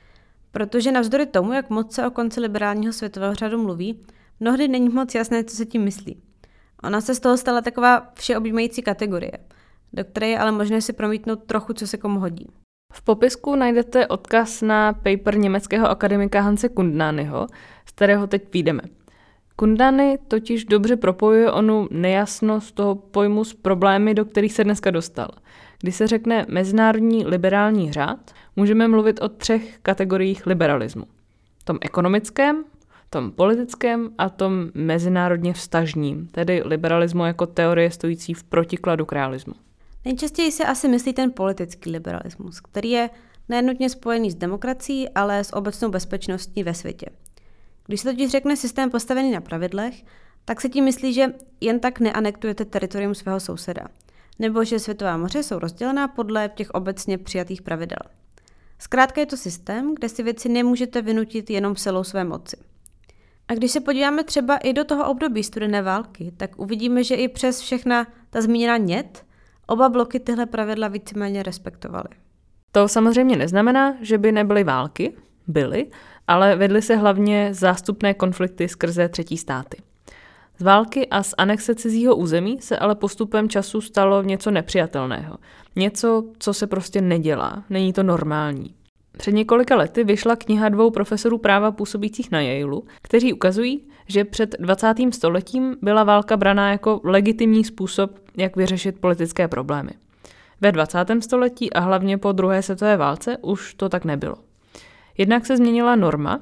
Protože navzdory tomu, jak moc se o konci liberálního světového řádu mluví, mnohdy není moc jasné, co se tím myslí. Ona se z toho stala taková všeobjímající kategorie, do které je ale možné si promítnout trochu, co se komu hodí. V popisku najdete odkaz na paper německého akademika Hanse Kundnanyho, z kterého teď vyjdeme. Kundnany totiž dobře propojuje onu nejasnost toho pojmu s problémy, do kterých se dneska dostal. Když se řekne mezinárodní liberální řád, můžeme mluvit o třech kategoriích liberalismu. Tom ekonomickém, tom politickém a tom mezinárodně vztažním, tedy liberalismu jako teorie stojící v protikladu k realismu. Nejčastěji se asi myslí ten politický liberalismus, který je nenutně spojený s demokracií, ale s obecnou bezpečností ve světě. Když se totiž řekne systém postavený na pravidlech, tak se tím myslí, že jen tak neanektujete teritorium svého souseda, nebo že světová moře jsou rozdělená podle těch obecně přijatých pravidel. Zkrátka je to systém, kde si věci nemůžete vynutit jenom silou své moci. A když se podíváme třeba i do toho období studené války, tak uvidíme, že i přes všechna ta zmíněná nět, oba bloky tyhle pravidla víceméně respektovaly. To samozřejmě neznamená, že by nebyly války, byly, ale vedly se hlavně zástupné konflikty skrze třetí státy. Z války a z anexe cizího území se ale postupem času stalo něco nepřijatelného. Něco, co se prostě nedělá, není to normální. Před několika lety vyšla kniha dvou profesorů práva působících na Yaleu, kteří ukazují, že před dvacátým stoletím byla válka braná jako legitimní způsob, jak vyřešit politické problémy. Ve dvacátém století a hlavně po druhé světové válce už to tak nebylo. Jednak se změnila norma.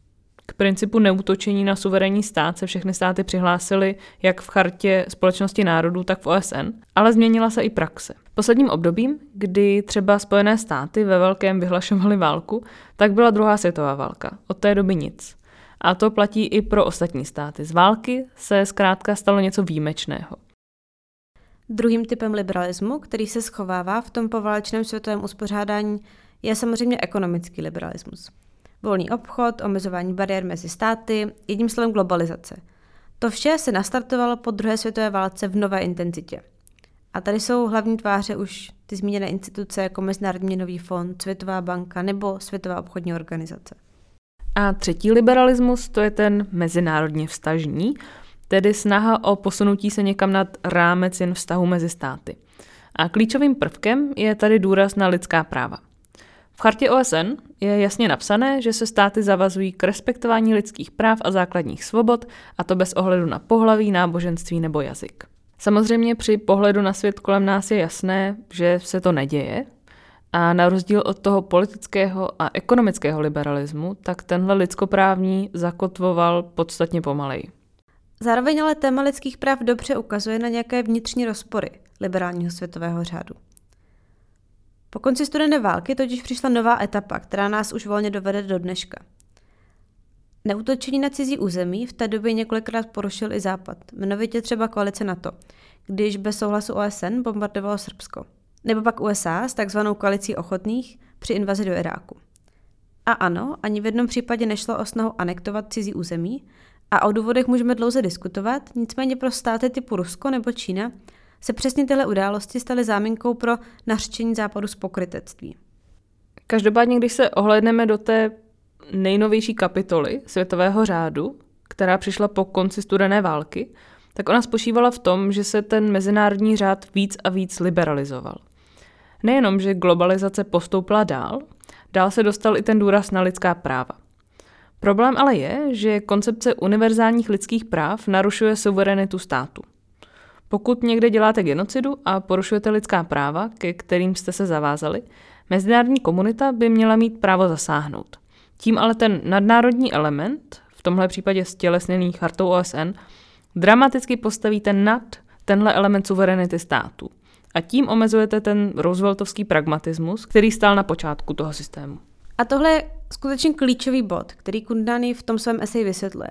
K principu neútočení na suverénní stát se všechny státy přihlásily jak v chartě Společnosti národů, tak v O S N, ale změnila se i praxe. Posledním obdobím, kdy třeba Spojené státy ve velkém vyhlašovaly válku, tak byla druhá světová válka. Od té doby nic. A to platí i pro ostatní státy. Z války se zkrátka stalo něco výjimečného. Druhým typem liberalismu, který se schovává v tom poválečném světovém uspořádání, je samozřejmě ekonomický liberalismus. Volný obchod, omezování bariér mezi státy, jedním slovem globalizace. To vše se nastartovalo po druhé světové válce v nové intenzitě. A tady jsou hlavní tváře už ty zmíněné instituce jako Mezinárodní měnový fond, Světová banka nebo Světová obchodní organizace. A třetí liberalismus, to je ten mezinárodně vztažní, tedy snaha o posunutí se někam nad rámec jen vztahu mezi státy. A klíčovým prvkem je tady důraz na lidská práva. V chartě O S N je jasně napsané, že se státy zavazují k respektování lidských práv a základních svobod, a to bez ohledu na pohlaví, náboženství nebo jazyk. Samozřejmě při pohledu na svět kolem nás je jasné, že se to neděje, a na rozdíl od toho politického a ekonomického liberalismu, tak tenhle lidskoprávní zakotvoval podstatně pomaleji. Zároveň ale téma lidských práv dobře ukazuje na nějaké vnitřní rozpory liberálního světového řádu. Po konci studené války totiž přišla nová etapa, která nás už volně dovede do dneška. Neútočení na cizí území v té době několikrát porušil i Západ, jmenovitě třeba koalice NATO, když bez souhlasu O S N bombardovalo Srbsko. Nebo pak U S A s takzvanou koalicí ochotných při invazi do Iráku. A ano, ani v jednom případě nešlo o snahu anektovat cizí území a o důvodech můžeme dlouze diskutovat, nicméně pro státy typu Rusko nebo Čína se přesně tyhle události staly záminkou pro nařčení Západu z pokrytectví. Každopádně, když se ohlédneme do té nejnovější kapitoly světového řádu, která přišla po konci studené války, tak ona spočívala v tom, že se ten mezinárodní řád víc a víc liberalizoval. Nejenom, že globalizace postoupila dál, dál se dostal i ten důraz na lidská práva. Problém ale je, že koncepce univerzálních lidských práv narušuje suverenitu státu. Pokud někde děláte genocidu a porušujete lidská práva, ke kterým jste se zavázali, mezinárodní komunita by měla mít právo zasáhnout. Tím ale ten nadnárodní element, v tomhle případě stělesněný chartou O S N, dramaticky postavíte nad tenhle element suverenity státu. A tím omezujete ten rooseveltovský pragmatismus, který stál na počátku toho systému. A tohle je skutečně klíčový bod, který Kundnani v tom svém eseji vysvětluje.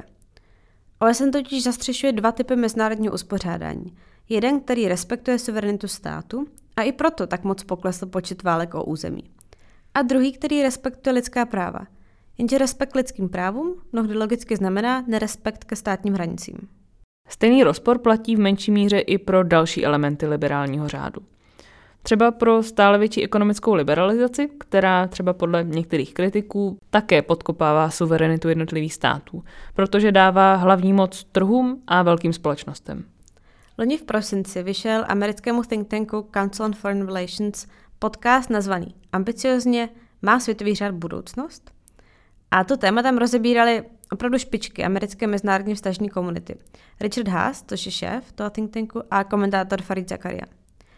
O S N totiž zastřešuje dva typy mezinárodního uspořádání. Jeden, který respektuje suverenitu státu a i proto tak moc poklesl počet válek o území. A druhý, který respektuje lidská práva. Jenže respekt lidským právům mnohdy logicky znamená nerespekt ke státním hranicím. Stejný rozpor platí v menší míře i pro další elementy liberálního řádu. Třeba pro stále větší ekonomickou liberalizaci, která třeba podle některých kritiků také podkopává suverenitu jednotlivých států, protože dává hlavní moc trhům a velkým společnostem. Loni v prosinci vyšel americkému think tanku Council on Foreign Relations podcast nazvaný Ambiciozně má světový řád budoucnost? A to téma tam rozebírali opravdu špičky americké mezinárodní vztažní komunity. Richard Haas, což je šéf toho think tanku, a komentátor Farid Zakarian.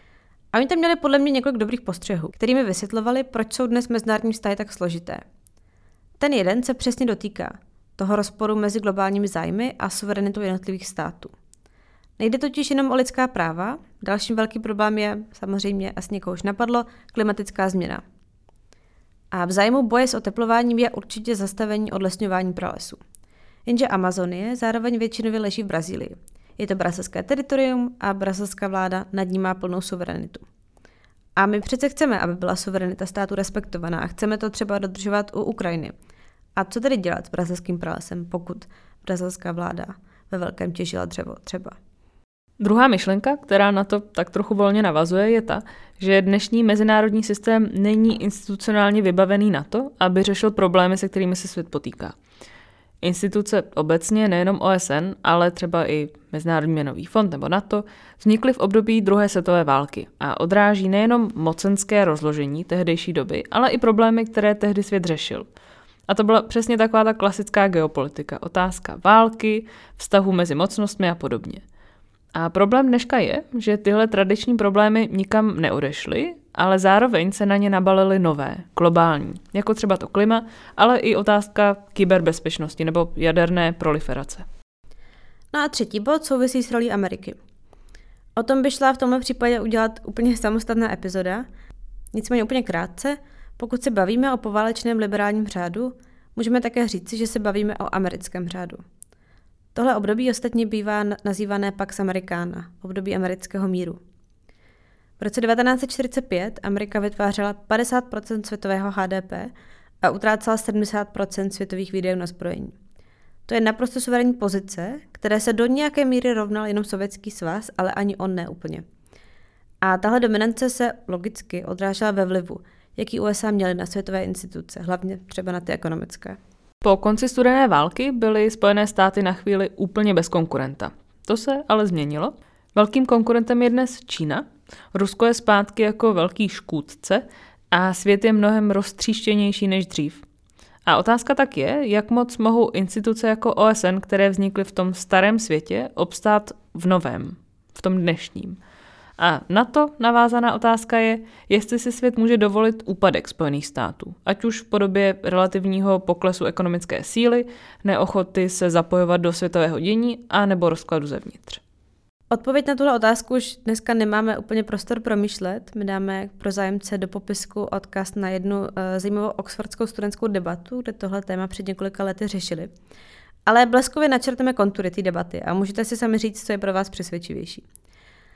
A oni tam měli podle mě několik dobrých postřehů, kterými vysvětlovali, proč jsou dnes mezinárodní vztahy tak složité. Ten jeden se přesně dotýká toho rozporu mezi globálními zájmy a suverenitou jednotlivých států. Nejde totiž jenom o lidská práva, dalším velký problém je, samozřejmě asi někoho už napadlo, klimatická změna. A v zájmu boje s oteplováním je určitě zastavení odlesňování pralesů. Jenže Amazonie zároveň většinově leží v Brazílii. Je to brazilské teritorium a brazilská vláda nad ní má plnou suverenitu. A my přece chceme, aby byla suverenita státu respektovaná a chceme to třeba dodržovat u Ukrajiny. A co tedy dělat s brazilským pralesem, pokud brazilská vláda ve velkém těžila dřevo třeba? Druhá myšlenka, která na to tak trochu volně navazuje, je ta, že dnešní mezinárodní systém není institucionálně vybavený na to, aby řešil problémy, se kterými se svět potýká. Instituce obecně, nejenom O S N, ale třeba i Mezinárodní měnový fond nebo NATO, vznikly v období druhé světové války a odráží nejenom mocenské rozložení tehdejší doby, ale i problémy, které tehdy svět řešil. A to byla přesně taková ta klasická geopolitika, otázka války, vztahu mezi mocnostmi a podobně. A problém dneška je, že tyhle tradiční problémy nikam neodešly, ale zároveň se na ně nabalily nové, globální, jako třeba to klima, ale i otázka kyberbezpečnosti nebo jaderné proliferace. No a třetí bod souvisí s rolí Ameriky. O tom by šla v tomhle případě udělat úplně samostatná epizoda, nicméně úplně krátce, pokud se bavíme o poválečném liberálním řádu, můžeme také říci, že se bavíme o americkém řádu. Tohle období ostatně bývá nazývané Pax Americana, období amerického míru. V roce devatenáct set čtyřicet pět Amerika vytvářela padesát procent světového H D P a utrácela sedmdesát procent světových výdajů na zbrojení. To je naprosto suverénní pozice, které se do nějaké míry rovnal jenom Sovětský svaz, ale ani on ne úplně. A tahle dominance se logicky odrážela ve vlivu, jaký U S A měly na světové instituce, hlavně třeba na ty ekonomické. Po konci studené války byly Spojené státy na chvíli úplně bez konkurenta. To se ale změnilo. Velkým konkurentem je dnes Čína. Rusko je zpátky jako velký škůdce a svět je mnohem roztříštěnější než dřív. A otázka tak je, jak moc mohou instituce jako O S N, které vznikly v tom starém světě, obstát v novém, v tom dnešním. A na to navázaná otázka je, jestli si svět může dovolit úpadek Spojených států, ať už v podobě relativního poklesu ekonomické síly, neochoty se zapojovat do světového dění a nebo rozkladu zevnitř. Odpověď na tuhle otázku už dneska nemáme úplně prostor promýšlet. My dáme pro zájemce do popisku odkaz na jednu uh, zajímavou oxfordskou studentskou debatu, kde tohle téma před několika lety řešili. Ale bleskově načrteme kontury té debaty a můžete si sami říct, co je pro vás přesvědčivější.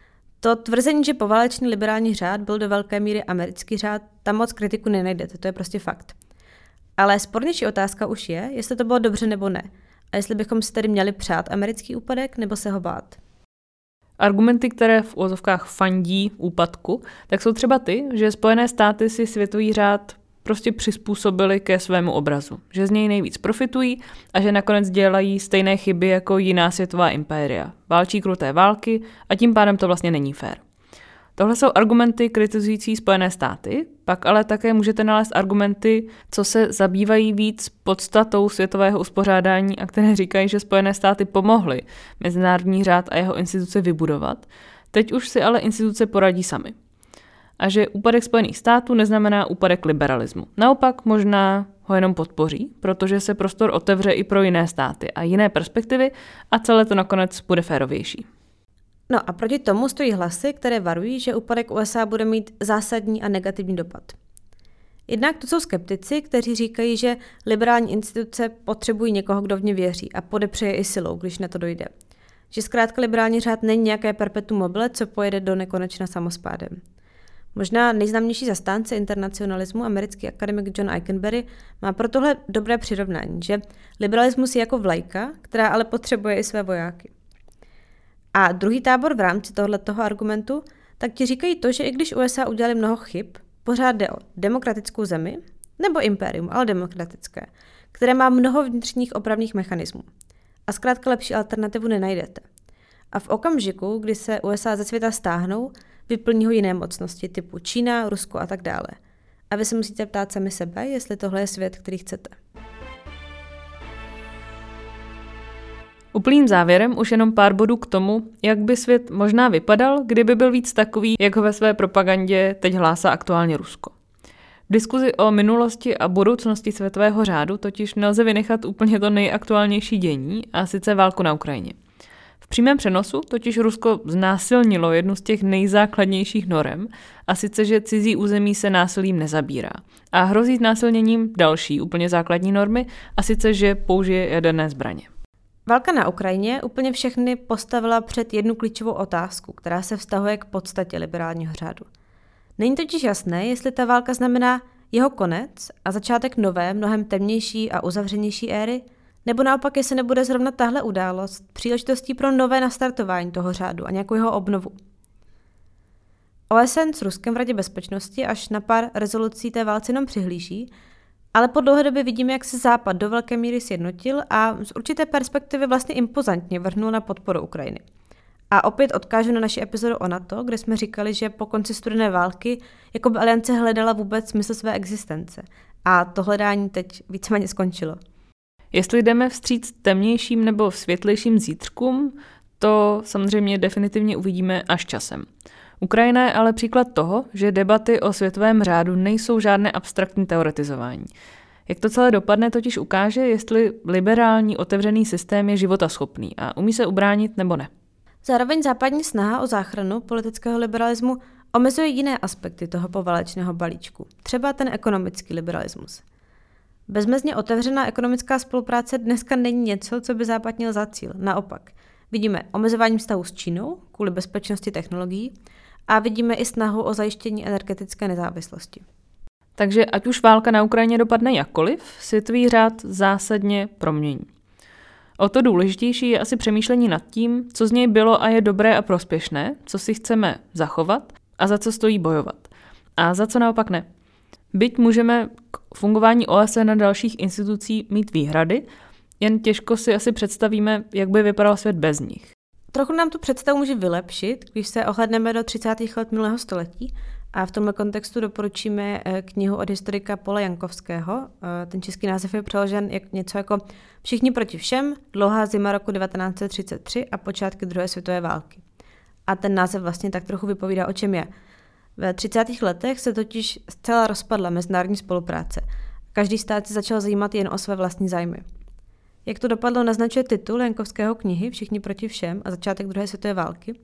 To tvrzení, že poválečný liberální řád byl do velké míry americký řád, tam moc kritiku nenajdete, to je prostě fakt. Ale spornější otázka už je, jestli to bylo dobře nebo ne. A jestli bychom si tedy měli přát americký úpadek nebo se ho bát. Argumenty, které v uvozovkách fandí úpadku, tak jsou třeba ty, že Spojené státy si světový řád prostě přizpůsobili ke svému obrazu, že z něj nejvíc profitují a že nakonec dělají stejné chyby jako jiná světová impéria. Válčí kruté války a tím pádem to vlastně není fér. Tohle jsou argumenty kritizující Spojené státy, pak ale také můžete nalézt argumenty, co se zabývají víc podstatou světového uspořádání a které říkají, že Spojené státy pomohly mezinárodní řád a jeho instituce vybudovat. Teď už si ale instituce poradí sami. A že úpadek Spojených států neznamená úpadek liberalismu. Naopak možná ho jenom podpoří, protože se prostor otevře i pro jiné státy a jiné perspektivy a celé to nakonec bude férovější. No a proti tomu stojí hlasy, které varují, že úpadek U S A bude mít zásadní a negativní dopad. Jednak to jsou skeptici, kteří říkají, že liberální instituce potřebují někoho, kdo v ně věří a podepřeje i silou, když na to dojde. Že zkrátka liberální řád není nějaké perpetuum mobile, co pojede do nekonečna samospádem. Možná nejznámější zastánce internacionalismu, americký akademik John Ikenberry, má pro tohle dobré přirovnání, že liberalismus je jako vlajka, která ale potřebuje i své vojáky. A druhý tábor v rámci tohoto argumentu, tak ti říkají to, že i když U S A udělali mnoho chyb, pořád jde o demokratickou zemi, nebo impérium, ale demokratické, které má mnoho vnitřních opravných mechanismů. A zkrátka lepší alternativu nenajdete. A v okamžiku, kdy se U S A ze světa stáhnou, vyplní ho jiné mocnosti typu Čína, Rusko a tak dále. A vy se musíte ptát sami sebe, jestli tohle je svět, který chcete. Úplným závěrem už jenom pár bodů k tomu, jak by svět možná vypadal, kdyby byl víc takový, jak ho ve své propagandě teď hlásá aktuálně Rusko. V diskuzi o minulosti a budoucnosti světového řádu totiž nelze vynechat úplně to nejaktuálnější dění, a sice válku na Ukrajině. V přímém přenosu totiž Rusko znásilnilo jednu z těch nejzákladnějších norem, a sice, že cizí území se násilím nezabírá. A hrozí znásilněním další úplně základní normy, a sice, že použije jaderné zbraně. Válka na Ukrajině úplně všechny postavila před jednu klíčovou otázku, která se vztahuje k podstatě liberálního řádu. Není totiž jasné, jestli ta válka znamená jeho konec a začátek nové, mnohem temnější a uzavřenější éry, nebo naopak, jestli nebude zrovna tahle událost příležitostí pro nové nastartování toho řádu a nějakou jeho obnovu. O S N s Ruskem v Radě bezpečnosti až na pár rezolucí té válce jenom přihlíží, ale po dlouhé době vidíme, jak se Západ do velké míry sjednotil a z určité perspektivy vlastně impozantně vrhnul na podporu Ukrajiny. A opět odkážu na naši epizodu o NATO, kde jsme říkali, že po konci studené války jako by aliance hledala vůbec smysl své existence. A to hledání teď víceméně skončilo. Jestli jdeme vstříc temnějším nebo světlejším zítřkům, to samozřejmě definitivně uvidíme až časem. Ukrajina je ale příklad toho, že debaty o světovém řádu nejsou žádné abstraktní teoretizování. Jak to celé dopadne, totiž ukáže, jestli liberální otevřený systém je životaschopný a umí se ubránit nebo ne. Zároveň západní snaha o záchranu politického liberalismu omezuje jiné aspekty toho poválečného balíčku, třeba ten ekonomický liberalismus. Bezmezně otevřená ekonomická spolupráce dneska není něco, co by Západ měl za cíl. Naopak, vidíme omezování vztahu s Čínou kvůli bezpečnosti technologií a vidíme i snahu o zajištění energetické nezávislosti. Takže ať už válka na Ukrajině dopadne jakkoliv, světový řád zásadně promění. O to důležitější je asi přemýšlení nad tím, co z něj bylo a je dobré a prospěšné, co si chceme zachovat a za co stojí bojovat. A za co naopak ne. Byť můžeme k fungování O S N a dalších institucí mít výhrady, jen těžko si asi představíme, jak by vypadal svět bez nich. Trochu nám tu představu může vylepšit, když se ohlédneme do třicátých let minulého století a v tomhle kontextu doporučíme knihu od historika Paula Jankovského. Ten český název je přeložen jak něco jako Všichni proti všem, dlouhá zima roku devatenáct set třicet tři a počátky druhé světové války. A ten název vlastně tak trochu vypovídá, o čem je. Ve třicátých letech se totiž zcela rozpadla mezinárodní spolupráce. Každý stát se začal zajímat jen o své vlastní zájmy. Jak to dopadlo, naznačuje titul Jankovského knihy Všichni proti všem a začátek druhé světové války.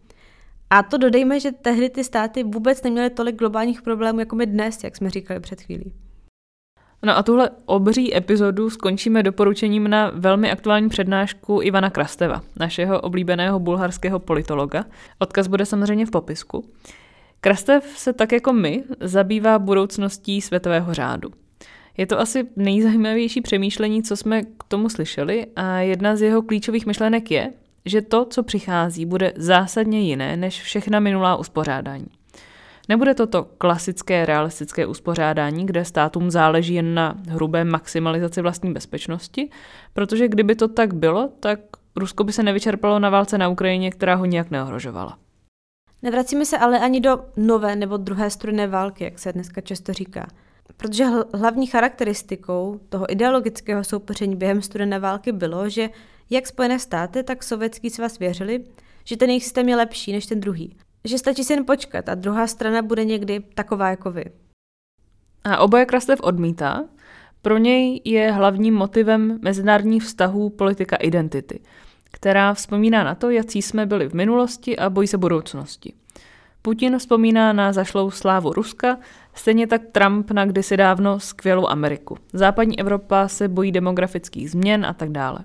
A to dodejme, že tehdy ty státy vůbec neměly tolik globálních problémů, jako my dnes, jak jsme říkali před chvílí. No a tuhle obří epizodu skončíme doporučením na velmi aktuální přednášku Ivana Krasteva, našeho oblíbeného bulharského politologa. Odkaz bude samozřejmě v popisku. Krastev se tak jako my zabývá budoucností světového řádu. Je to asi nejzajímavější přemýšlení, co jsme k tomu slyšeli, a jedna z jeho klíčových myšlenek je, že to, co přichází, bude zásadně jiné než všechna minulá uspořádání. Nebude to to klasické realistické uspořádání, kde státům záleží jen na hrubé maximalizaci vlastní bezpečnosti, protože kdyby to tak bylo, tak Rusko by se nevyčerpalo na válce na Ukrajině, která ho nijak neohrožovala. Nevracíme se ale ani do nové nebo druhé studené války, jak se dneska často říká. Protože hlavní charakteristikou toho ideologického soupeření během studené války bylo, že jak Spojené státy, tak Sovětský svaz věřili, že ten jejich systém je lepší než ten druhý. Že stačí si jen počkat a druhá strana bude někdy taková jako vy. A oboje Krastev odmítá. Pro něj je hlavním motivem mezinárodních vztahů politika identity, která vzpomíná na to, jací jsme byli v minulosti a bojí se budoucnosti. Putin vzpomíná na zašlou slávu Ruska, stejně tak Trump na kdysi dávno skvělou Ameriku. Západní Evropa se bojí demografických změn a tak dále.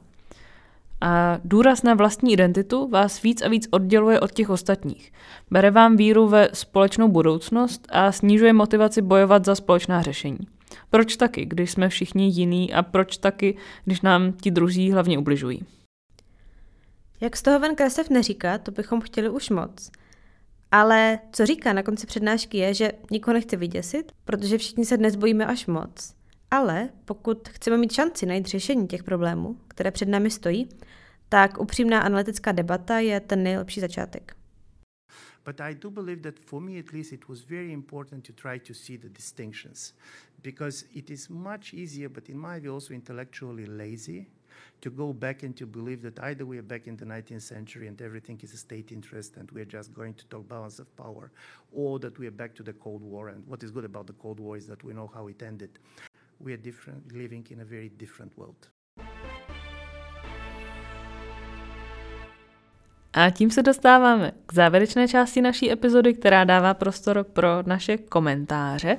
A důraz na vlastní identitu vás víc a víc odděluje od těch ostatních. Bere vám víru ve společnou budoucnost a snižuje motivaci bojovat za společná řešení. Proč taky, když jsme všichni jiní, a proč taky, když nám ti druzí hlavně ubližují? Jak z toho ven Krastev neříká, to bychom chtěli už moc. Ale co říká na konci přednášky je, že nikoho nechce vyděsit, protože všichni se dnes bojíme až moc. Ale pokud chceme mít šanci najít řešení těch problémů, které před námi stojí, tak upřímná analytická debata je ten nejlepší začátek. But I do believe that for me at least it was very important to try to see the distinctions, because it is much easier, but in my view also intellectually lazy, to go back and to believe that either we are back in the nineteenth century and everything is a state interest and we are just going to talk balance of power, or that we are back to the Cold War. And what is good about the Cold War is that we know how it ended. We are different, living in a very different world. A tím se dostáváme k závěrečné části naší epizody, která dává prostor pro naše komentáře.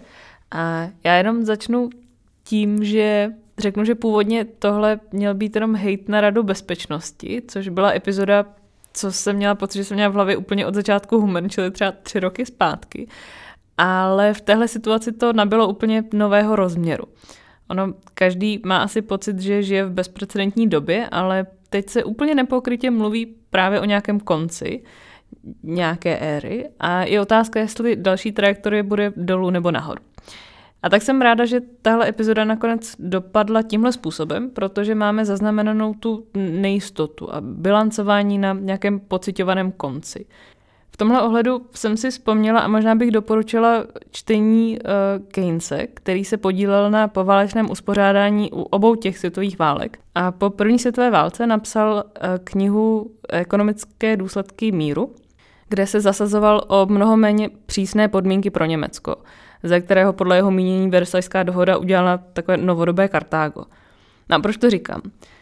A já jenom začnu tím, že řeknu, že původně tohle měl být jenom hejt na Radu bezpečnosti, což byla epizoda, co jsem měla pocit, že jsem měla v hlavě úplně od začátku humor, čili třeba tři roky zpátky. Ale v téhle situaci to nabylo úplně nového rozměru. Ono, každý má asi pocit, že žije v bezprecedentní době, ale teď se úplně nepokrytě mluví právě o nějakém konci nějaké éry a je otázka, jestli další trajektorie bude dolů nebo nahoru. A tak jsem ráda, že tahle epizoda nakonec dopadla tímhle způsobem, protože máme zaznamenanou tu nejistotu a bilancování na nějakém pociťovaném konci. V tomhle ohledu jsem si vzpomněla a možná bych doporučila čtení uh, Keynese, který se podílel na poválečném uspořádání u obou těch světových válek. A po první světové válce napsal uh, knihu Ekonomické důsledky míru, kde se zasazoval o mnoho méně přísné podmínky pro Německo, ze kterého podle jeho mínění Versajská dohoda udělala takové novodobé Kartágo. No a proč to říkám?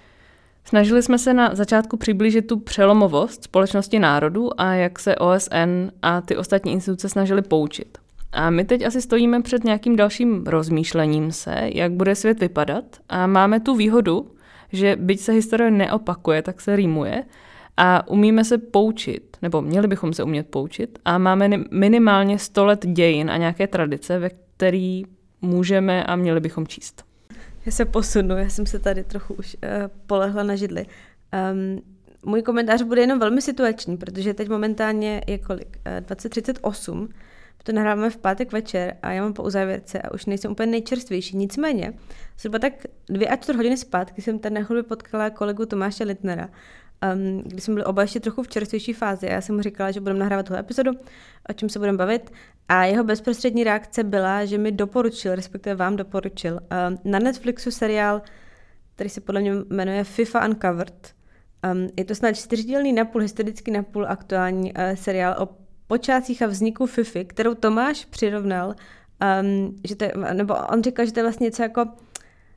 Snažili jsme se na začátku přiblížit tu přelomovost společnosti národů a jak se O S N a ty ostatní instituce snažili poučit. A my teď asi stojíme před nějakým dalším rozmýšlením se, jak bude svět vypadat a máme tu výhodu, že byť se historie neopakuje, tak se rýmuje a umíme se poučit, nebo měli bychom se umět poučit a máme minimálně sto let dějin a nějaké tradice, ve který můžeme a měli bychom číst. Já se posunu, já jsem se tady trochu už uh, polehla na židli. Um, můj komentář bude jenom velmi situační, protože teď momentálně je kolik? Uh, dvacet třicet osm. To nahráváme v pátek večer a já mám po uzávěrce a už nejsem úplně nejčerstvější. Nicméně, zhruba tak dvě a čtvrt hodiny zpátky jsem tady na chodbě potkala kolegu Tomáše Littnera, um, kdy jsme byli oba ještě trochu v čerstvější fázi. Já jsem mu říkala, že budeme nahrávat tuhle epizodu, o čem se budeme bavit. A jeho bezprostřední reakce byla, že mi doporučil, respektive vám doporučil, um, na Netflixu seriál, který se podle mě jmenuje FIFA Uncovered. Um, je to snad čtyřdílný, napůl historický, napůl aktuální uh, seriál o počátcích a vzniku FIFA, kterou Tomáš přirovnal, um, že to je, nebo on říkal, že to je vlastně něco jako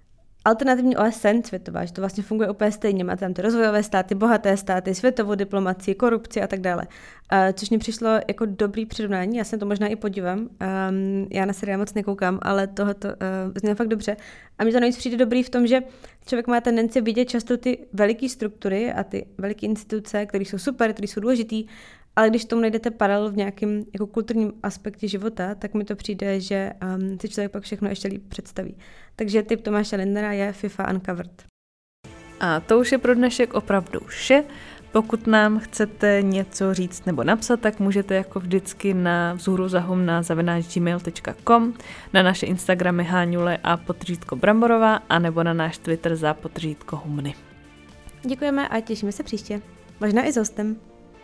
alternativní O S N světová, že to vlastně funguje úplně stejně. Máte tam ty rozvojové státy, bohaté státy, světovou diplomacii, korupci a tak dále. Uh, což mi přišlo jako dobrý přirovnání, já se to možná i podívám. Um, já na seriál moc nekoukám, ale tohoto uh, zní fakt dobře. A mi to navíc přijde dobrý v tom, že člověk má tendenci vidět často ty veliké struktury a ty veliké instituce, které jsou super, které jsou důležitý, ale když tomu najdete paralel v nějakém jako kulturním aspektu života, tak mi to přijde, že um, si člověk pak všechno ještě líp představí. Takže tip Tomáše Lindnera je FIFA Uncovered. A to už je pro dnešek opravdu vše. Pokud nám chcete něco říct nebo napsat, tak můžete jako vždycky na vzhůruzahum na zavináč gmail tečka com, na naše Instagramy Háňule a potržítko Bramborová, anebo na náš Twitter za potržítko Humny. Děkujeme a těšíme se příště. Možná i s hostem.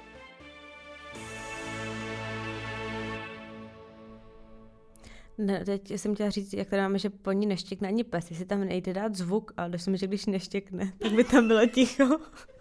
Ne, teď jsem chtěla říct, jak tady máme, že po ní neštěkne ani pes, jestli tam nejde dát zvuk, ale došlo mi, že když neštěkne, tak by tam bylo ticho.